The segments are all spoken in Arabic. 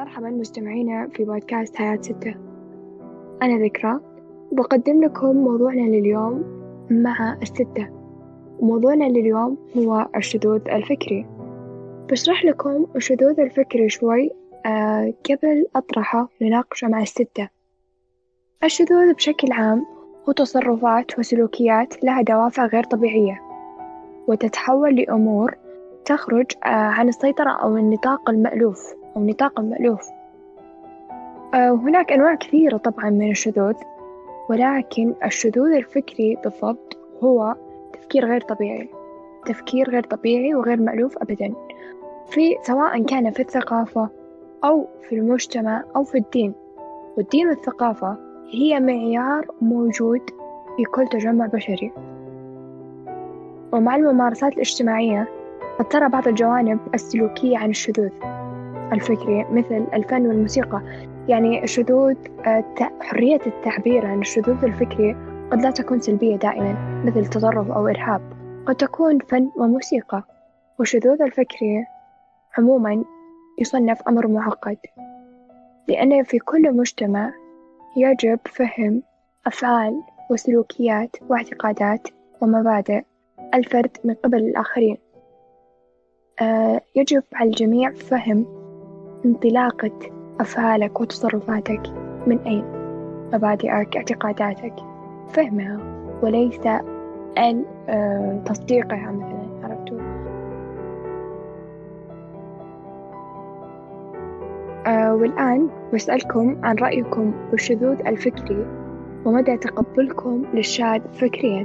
مرحبا مستمعينا في بودكاست حياة ستة. أنا ذكرى، بقدم لكم موضوعنا لليوم مع الستة. موضوعنا لليوم هو الشذوذ الفكري. بشرح لكم الشذوذ الفكري شوي قبل أطرحه نناقشه مع الستة. الشذوذ بشكل عام هو تصرفات وسلوكيات لها دوافع غير طبيعية وتتحول لأمور تخرج عن السيطرة أو النطاق المألوف هناك أنواع كثيرة طبعا من الشذوذ، ولكن الشذوذ الفكري بالضبط هو تفكير غير طبيعي وغير مألوف أبدا، سواء كان في الثقافة أو في المجتمع أو في الدين. والدين والثقافة هي معيار موجود في كل تجمع بشري. ومع الممارسات الاجتماعية قد ترى بعض الجوانب السلوكية عن الشذوذ الفكري مثل الفن والموسيقى. يعني الشذوذ حرية التعبير عن الشذوذ الفكري قد لا تكون سلبية دائما مثل تطرف أو إرهاب، قد تكون فن وموسيقى. والشذوذ الفكري عموما يصنف أمر معقد، لأن في كل مجتمع يجب فهم أفعال وسلوكيات واعتقادات ومبادئ الفرد من قبل الآخرين. يجب على الجميع فهم انطلاقة أفعالك وتصرفاتك من أين، مبادئك اعتقاداتك، فهمها وليس أن تصديقها مثلا. عرفتوا؟ والآن بسألكم عن رأيكم بالشذوذ الفكري ومدى تقبلكم للشاذ فكريا.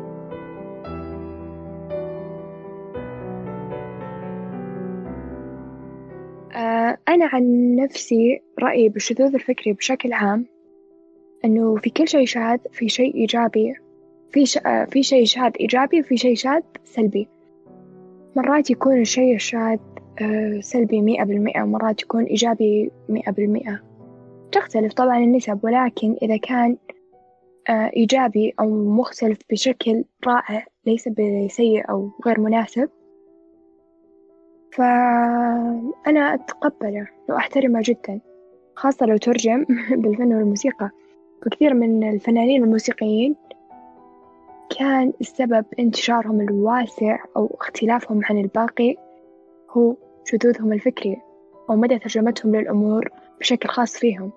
أنا عن نفسي رأيي بالشذوذ الفكري بشكل عام أنه في كل شيء شاذ في شيء إيجابي، في شيء شاذ إيجابي وفي شيء شاذ سلبي. مرات يكون الشيء الشاذ سلبي 100%، ومرات يكون إيجابي 100%. تختلف طبعا النسب، ولكن إذا كان إيجابي أو مختلف بشكل رائع ليس بسيء أو غير مناسب، فأنا أتقبله وأحترمه جدا، خاصة لو ترجم بالفن والموسيقى. وكثير من الفنانين والموسيقيين كان السبب انتشارهم الواسع أو اختلافهم عن الباقي هو شذوذهم الفكري أو مدى ترجمتهم للأمور بشكل خاص فيهم.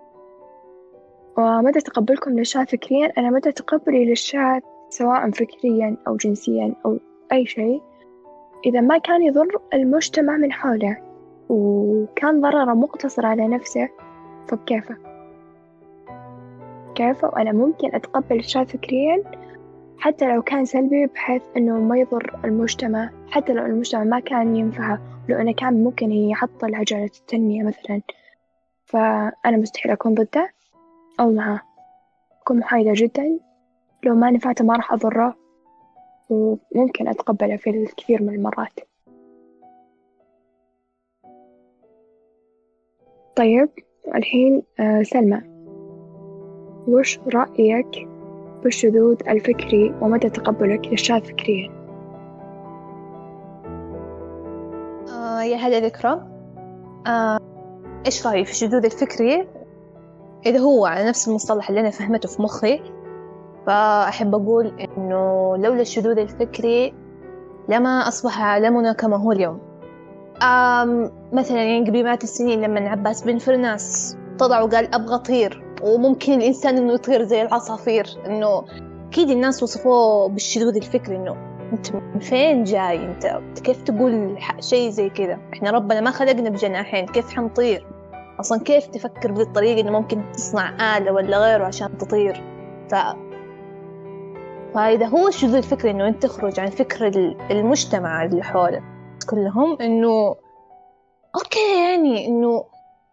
ومدى تقبلكم للشاذ فكريا، أنا مدى تقبلي للشاذ سواء فكريا أو جنسيا أو أي شيء إذا ما كان يضر المجتمع من حوله وكان ضرره مقتصر على نفسه، فبكيفه وأنا ممكن أتقبل الشاذ فكريا حتى لو كان سلبي، بحيث أنه ما يضر المجتمع، حتى لو المجتمع ما كان ينفعه، لو أنه كان ممكن يعطل عجلة التنمية مثلا، فأنا مستحيل أكون ضده أو معه. أكون محايدة جدا، لو ما نفعته ما راح أضره، وممكن أتقبله في الكثير من المرات. طيب الحين سلمى، وش رأيك بالشذوذ الفكري ومدى تقبلك للشاذ فكريا؟ يا هلا ذكرى. إيش رأيي في الشذوذ الفكري؟ إذا هو على نفس المصطلح اللي أنا فهمته في مخي، فأحب أقول إنه لولا الشذوذ الفكري لما أصبح عالمنا كما هو اليوم. مثلا يعني قبل مئات السنين لما عباس بن فرناس طلع وقال أبغى أطير، وممكن الإنسان إنه يطير زي العصافير، إنه أكيد الناس وصفوه بالشذوذ الفكري. إنه أنت من فين جاي؟ أنت كيف تقول شيء زي كذا؟ إحنا ربنا ما خلقنا بجناحين، كيف حنطير؟ أصلا كيف تفكر بالطريقة إنه ممكن تصنع آلة ولا غيره عشان تطير؟ فإذا هو الشذوذ الفكري إنه أنت تخرج عن فكر المجتمع اللي حولك كلهم، إنه أوكي، يعني إنه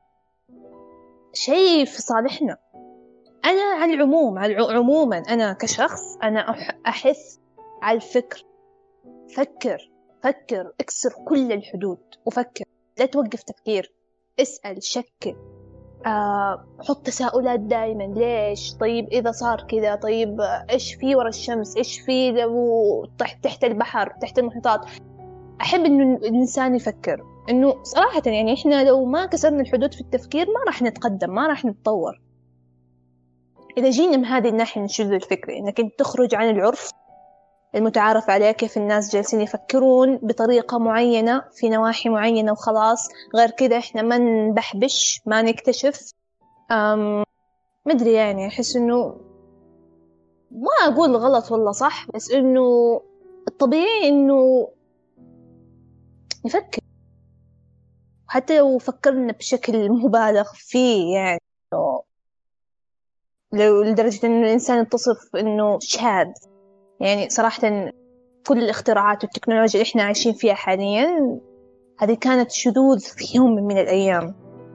شيء في صالحنا. أنا على العموم عموما أنا كشخص أنا أحث على الفكر. فكر اكسر كل الحدود وفكر، لا توقف تفكير، اسأل، شكل، حط تساؤلات دائما. ليش؟ طيب إذا صار كذا، طيب إيش في ورا الشمس؟ إيش في لو تحت البحر، تحت المحيطات؟ أحب إنه الإنسان يفكر، إنه صراحة يعني إحنا لو ما كسرنا الحدود في التفكير ما راح نتقدم، ما راح نتطور. إذا جينا من هذه الناحية من الشذوذ الفكري، إنك أنت تخرج عن العرف المتعارف عليه، كيف الناس جالسين يفكرون بطريقة معينة في نواحي معينة وخلاص، غير كده إحنا ما نبحبش، ما نكتشف. مدري يعني أحس إنه ما أقول غلط ولا صح، بس إنه الطبيعي إنه نفكر، حتى لو فكرنا بشكل مبالغ فيه، يعني لو لدرجة إنه الإنسان يتصف إنه شاذ. يعني صراحة كل الاختراعات والتكنولوجيا اللي إحنا عايشين فيها حاليا هذه كانت شذوذ في يوم من الأيام.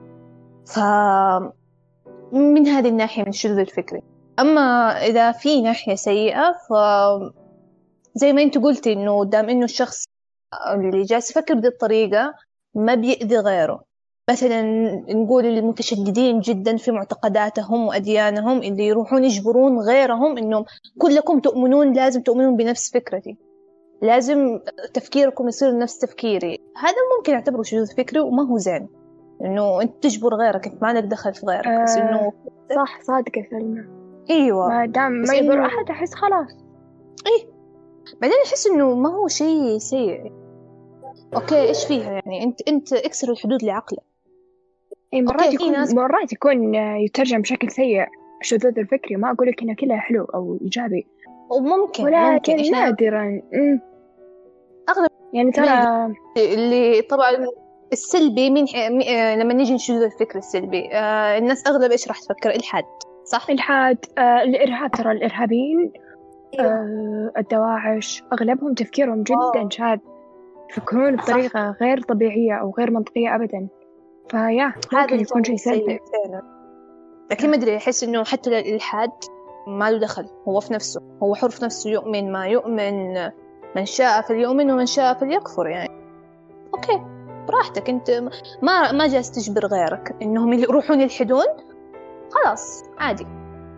من هذه الناحية من الشذوذ الفكري. أما إذا في ناحية سيئة، زي ما أنت قلتي إنه دام إنه الشخص اللي جالس يفكر بهذه الطريقة ما بيأذي غيره. مثلا نقول المتشددين جدا في معتقداتهم وأديانهم اللي يروحون يجبرون غيرهم إنهم كلكم تؤمنون، لازم تؤمنون بنفس فكرتي، لازم تفكيركم يصير نفس تفكيري. هذا ممكن يعتبره شذوذ فكري وما هو زين، إنه أنت تجبر غيرك، أنت ما لك دخل في غيرك. بس إنه صح، صادقة سلمى. أيوة، ما دام ما يضر أحد أحس خلاص. إيه، بعدين أحس إنه ما هو شيء سيء. أوكي إيش فيها يعني؟ أنت اكسر الحدود لعقلك. إيه، مرات يكون يترجم بشكل سيء الشذوذ الفكري. ما أقول لك إنه كله حلو أو إيجابي، ولكن نادرا. أغلب يعني ترى اللي طبعا السلبي لما نيجي نشوف الفكر السلبي، الناس أغلب إيش راح تفكر؟ إلحاد، صح؟ إلحاد، الإرهاب. ترى الإرهابيين الدواعش أغلبهم تفكيرهم جدا شاذ، يفكرون بطريقة غير طبيعية أو غير منطقية أبدا. فيا ممكن يكون شيء سلبي. لكن ما أدري، أحس إنه حتى الإلحاد ما له دخل، هو في نفسه، هو حر في نفسه، يؤمن ما يؤمن، من شاء فليؤمن ومن شاء فليكفر. يعني أوكي براحتك، أنت ما جالس تجبر غيرك إنهم يروحون يلحدون، خلاص عادي.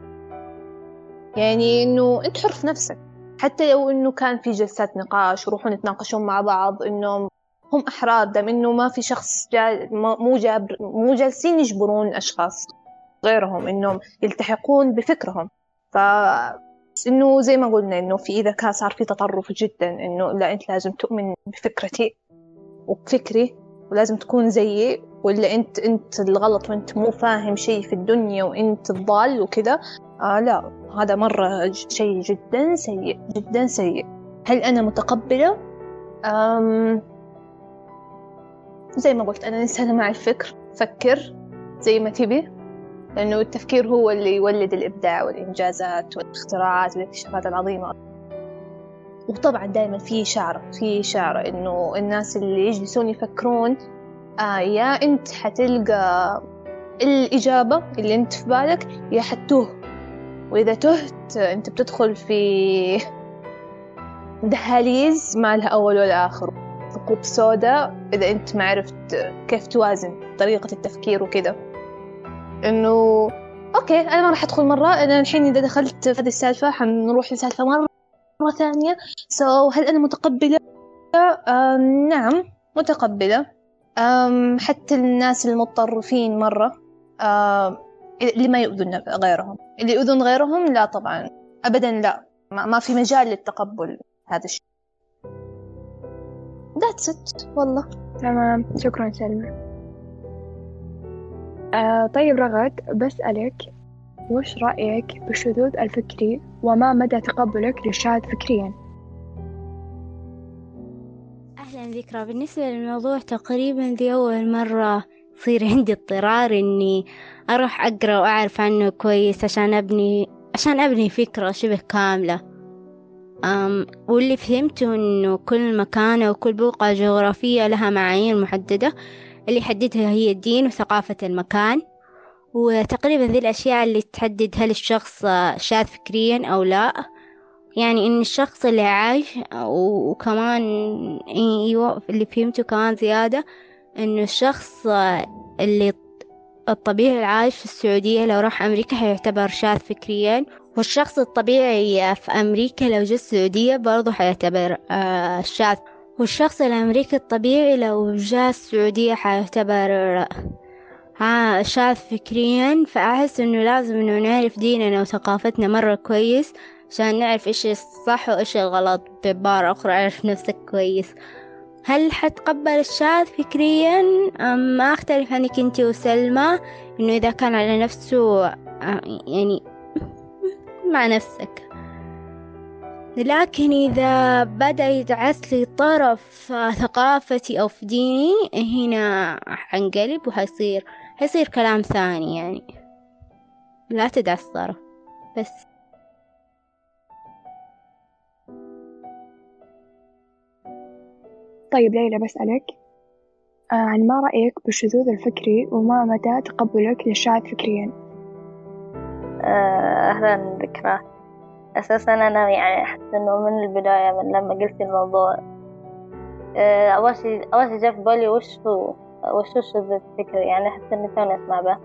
يعني إنه أنت حر في نفسك، حتى لو إنه كان في جلسات نقاش وروحون يتناقشون مع بعض، إنهم هم أحرار، دام إنه ما في شخص مو جالسين يجبرون أشخاص غيرهم إنهم يلتحقون بفكرهم. إنه زي ما قلنا إنه إذا كان صار في تطرف جدا، إنه لا أنت لازم تؤمن بفكرتي وبفكري ولازم تكون زيي، ولا أنت الغلط وأنت مو فاهم شيء في الدنيا وأنت الضال وكذا. لا، هذا مرة شيء جدا سيء جدا سيء. هل أنا متقبلة؟ زي ما قلت أنا إنسانة مع الفكر، فكر زي ما تبي، لأنه التفكير هو اللي يولد الإبداع والإنجازات والاختراعات والاكتشافات العظيمة. وطبعا دائما في شعر إنه الناس اللي يجلسون يفكرون يا أنت حتلقى الإجابة اللي أنت في بالك يا حتوه، وإذا تهت أنت بتدخل في دهاليز ما لها أول ولا آخر، ثقوب سوداء إذا أنت ما عرفت كيف توازن طريقة التفكير وكذا. إنه أوكي أنا ما راح أدخل مرة، أنا الحين إذا دخلت في هذه السالفة حنروح لسالفة مرة ثانية. هل أنا متقبلة؟ نعم متقبلة. حتى الناس المتطرفين مرة، اللي ما يؤذون غيرهم، اللي يؤذون غيرهم لا طبعا أبدا، لا، ما في مجال للتقبل هذا الشيء. That's it والله. تمام، شكرا سلمى. طيب رغد، بسألك وش رأيك بالشذوذ الفكري وما مدى تقبلك للشاذ فكريا؟ أهلا ذكرى. بالنسبة للموضوع تقريبا دي أول مرة يصير عندي اضطرار إني أروح أقرأ وأعرف عنه كويس عشان أبني فكرة شبه كاملة. واللي فهمته إنه كل مكان وكل بقعة جغرافية لها معايير محددة اللي يحددها هي الدين وثقافة المكان، وتقريبا ذي الأشياء اللي تحدد هل الشخص شاذ فكريا أو لا. يعني إن الشخص اللي عايش، وكمان اللي فهمته كمان زيادة إنه الشخص اللي الطبيعي العايش في السعودية لو راح أمريكا هيعتبر شاذ فكريا، والشخص الطبيعي في أمريكا لو جاء السعودية برضو هيعتبر شاذ. والشخص الأمريكي الطبيعي لو جاء السعودية حيعتبر شاذ فكريا. فأحس إنه لازم إنه نعرف ديننا وثقافتنا مرة كويس عشان نعرف إيش الصح وإيش الغلط. بعبارة أخرى أعرف نفسك كويس. هل حتقبل الشاذ فكريا؟ ما أختلف عنك أنت وسلمى إنه إذا كان على نفسه يعني مع نفسك. لكن إذا بدأ يدعس لي طرف في ثقافتي أو في ديني هنا حنقلب وحيصير كلام ثاني. يعني لا تدعس طرف بس. طيب ليلى بسألك عن ما رأيك بالشذوذ الفكري وما مدى تقبلك للشاذ فكريا؟ أهلا ذكرى. أساسا أنا يعني أحس إنه من البداية من لما قلت الموضوع أول شي جاء في بالي وش الشذوذ الفكري، يعني أحس إني توني أسمع به.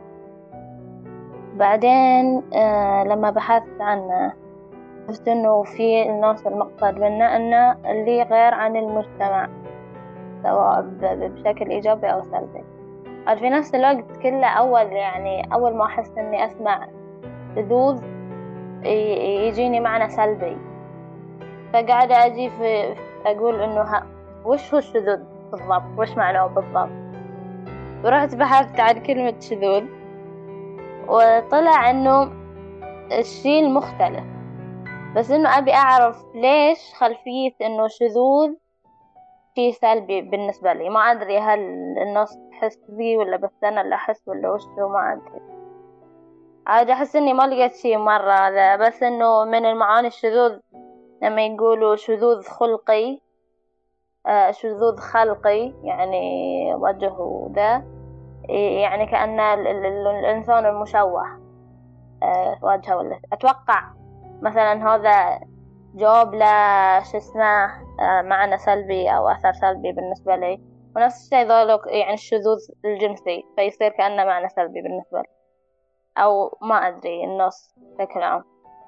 بعدين لما بحثت عنه حسيت إنه في الناس المقصد منه إنه اللي غير عن المجتمع سواء بشكل إيجابي أو سلبي. في نفس الوقت كله أول ما أحس إني أسمع شذوذ يجيني معنى سلبي، فقاعدة أجي أقول إنه وش هو الشذوذ بالضبط، وش معناه بالضبط. ورحت بحثت عن كلمة شذوذ وطلع إنه الشيء المختلف، بس إنه أبي أعرف ليش خلفية إنه شذوذ شيء سلبي بالنسبة لي. ما أدري هل الناس تحس بي ولا بس أنا اللي أحس ولا وشو، ما أدري. عاد أحس إني ما لقيت شيء مرة، بس إنه من المعاني الشذوذ لما يقولوا شذوذ خلقي شذوذ خلقي يعني وجهه ذا، يعني كأن الإنسان المشوه وجهه، ولا أتوقع مثلا هذا جواب لا شو اسمه معنى سلبي أو أثر سلبي بالنسبة لي. ونفس الشيء ذلك يعني الشذوذ الجنسي فيصير كأنه معنى سلبي بالنسبة لي، أو ما أدري النص بشكل عام.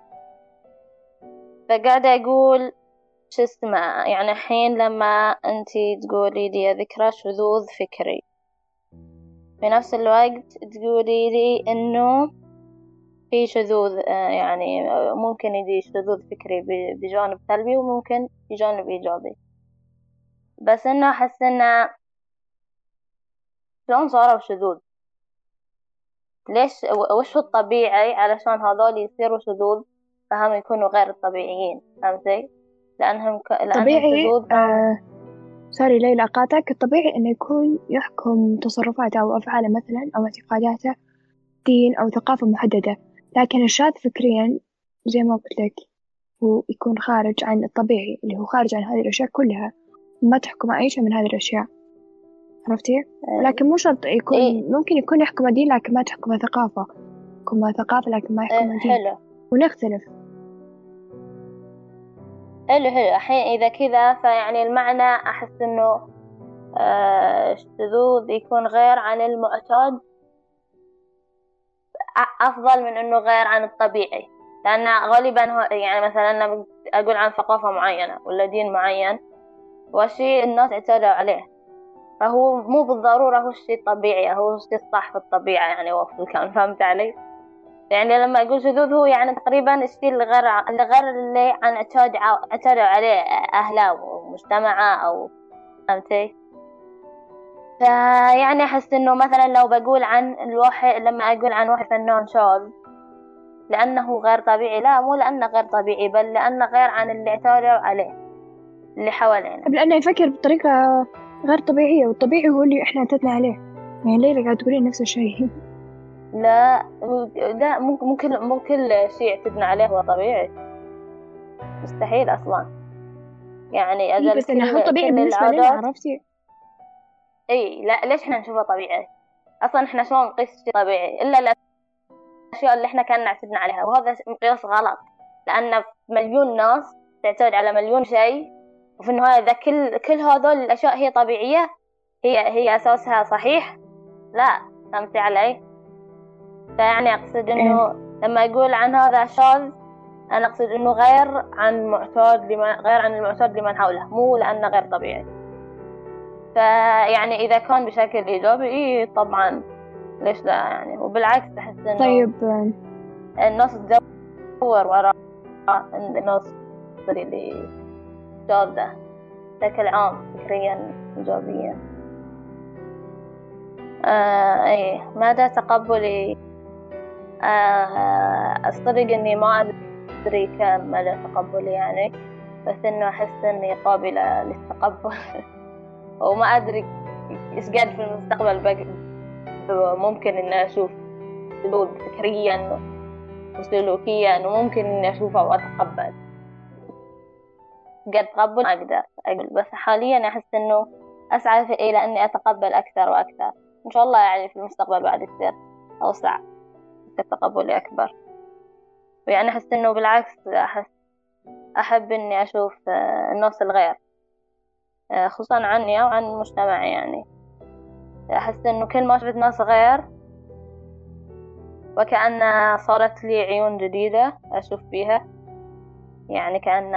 فقاعدة أقول شو اسمه يعني الحين لما أنتي تقولي لي ذكرى شذوذ فكري، في نفس الوقت تقولي لي إنه في شذوذ يعني ممكن يجي شذوذ فكري بجانب سلبي وممكن بجانب إيجابي. بس إنه أحس إنه شلون صاروا شذوذ؟ ليش وش هو الطبيعي علشان هذول يصيروا شذوذ فهم يكونوا غير الطبيعيين؟ فهمتي؟ لأنهم طبيعي سوري ليلى أقاطعك. الطبيعي إنه يكون يحكم تصرفاته أو أفعاله مثلا أو اعتقاداته دين أو ثقافة محددة، لكن الشاذ فكريا زي ما قلت لك هو يكون خارج عن الطبيعي، اللي هو خارج عن هذه الأشياء كلها، ما تحكم أي شيء من هذه الأشياء. عرفتي؟ لكن مو شرط يكون ممكن يكون يحكم دين لكن ما تحكم ثقافة، يحكم ثقافة لكن ما يحكم دين. حلو. ونختلف. حلو. الحين إذا كذا فيعني المعنى أحس إنه الشذوذ يكون غير عن المعتاد أفضل من إنه غير عن الطبيعي، لأن غالبا يعني مثلا أنا أقول عن ثقافة معينة ولا دين معين وشيء الناس اعتادوا عليه، فهو مو بالضرورة هو الشيء الطبيعي، هو الشيء الصح في الطبيعة يعني وفي الكون. فهمت علي؟ يعني لما أقول شذوذ هو يعني تقريبا الشيء اللي غير اللي عن اعتادوا عليه أهله ومجتمعه أو فهمتي؟ فيعني أحس إنه مثلا لو بقول عن الواحد، لما أقول عن واحد فنان شاذ لأنه غير طبيعي، لا مو لأنه غير طبيعي بل لأنه غير عن اللي اعتادوا عليه اللي حوالينا، لأنه يفكر بطريقة غير طبيعية، والطبيعي هو اللي إحنا اعتدنا عليه. يعني ليلى قاعد تقولين نفس الشيء. لا مو كل شيء اعتدنا عليه هو طبيعي، مستحيل أصلا. يعني أجل بس إنه هو طبيعي بالنسبة لنا، عرفتي؟ لا ليش إحنا نشوفه طبيعي؟ أصلا إحنا شلون نقيس شيء طبيعي إلا الأشياء اللي إحنا كنا اعتدنا عليها، وهذا مقياس غلط، لأن مليون ناس تعتاد على مليون شيء، وفي النهاية إذا كل هذول الأشياء هي طبيعية هي أساسها صحيح؟ لا. فهمتي علي؟ فيعني أقصد إنه لما أقول عن هذا شاذ أنا أقصد إنه غير عن المعتاد لمن حوله، مو لأنه غير طبيعي. فيعني إذا كان بشكل إيجابي إيه طبعا ليش لا يعني. وبالعكس أحس إنه طيب الناس تدور وراء الناس اللي جادة بشكل عام فكريا إيجابيا. إيه مدى تقبلي؟ الصدق إني ما أدري كم مدى تقبلي يعني، بس إنه أحس إني قابلة للتقبل وما أدري إيش قد في المستقبل بقى ممكن إني أشوف سلوك فكريا وسلوكيا وممكن إني أشوفه وأتقبل. قد تقبل أقدر أقول، بس حاليا أحس إنه أسعى إلى أني أتقبل أكثر وأكثر إن شاء الله يعني في المستقبل بعد يصير أوسع تقبلي أكبر. ويعني أحس إنه بالعكس أحب إني أشوف الناس الغير خصوصا عني أو عن مجتمعي يعني. أحس إنه كل ما شفت ناس غير وكأن صارت لي عيون جديدة أشوف بيها، يعني كأن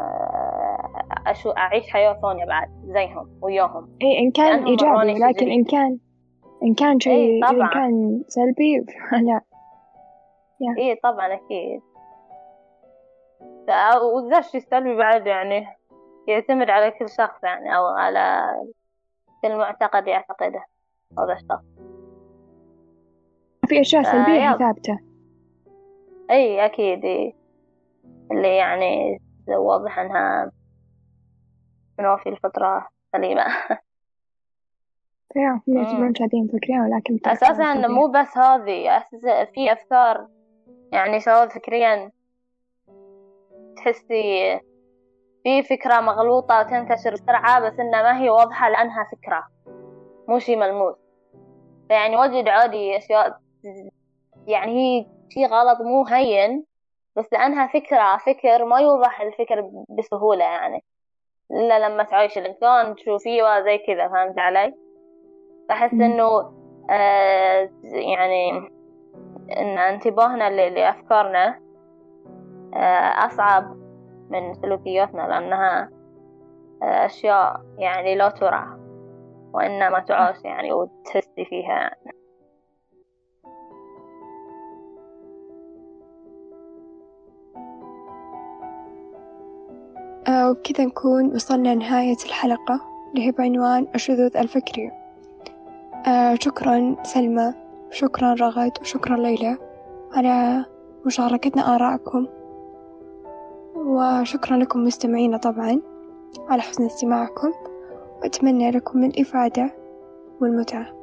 أعيش حياة ثانية بعد زيهم وياهم. إيه إن كان إيجابي، لكن إن كان شيء إيه إن كان سلبي لا. إيه طبعا أكيد. وذا الشيء السلبي بعد يعني يعتمد على كل شخص يعني، أو على كل معتقد يعتقده هذا الشخص. في أشياء سلبية ثابتة. أي أكيد إيه. اللي يعني واضح أنها منو في الفطرة سليمة. هم يعتبرون شادين فكرية، ولكن أساسا مو بس هذه، أساسا في أفكار يعني شواذ فكريا تحسي في فكرة مغلوطة وتنتشر بسرعة بس إنها ما هي واضحة لأنها فكرة مو شي ملموس. يعني واجد عادي أشياء يعني هي شي غلط مو هين، بس لأنها فكر ما يوضح الفكر بسهولة يعني إلا لما تعيش الإنسان تشوفيه زي كذا. فهمت علي؟ أحس إنه يعني إن انتباهنا لأفكارنا أصعب من سلوكياتنا، لأنها أشياء يعني لا ترى وإنما تعاش يعني وتحسي فيها يعني. وبكذا نكون وصلنا لنهاية الحلقة اللي هي بعنوان الشذوذ الفكري. شكرا سلمى، شكرا رغد، وشكرا ليلى على مشاركتنا آراءكم، وشكرا لكم مستمعينا طبعا على حسن استماعكم، وأتمنى لكم الإفادة والمتعة.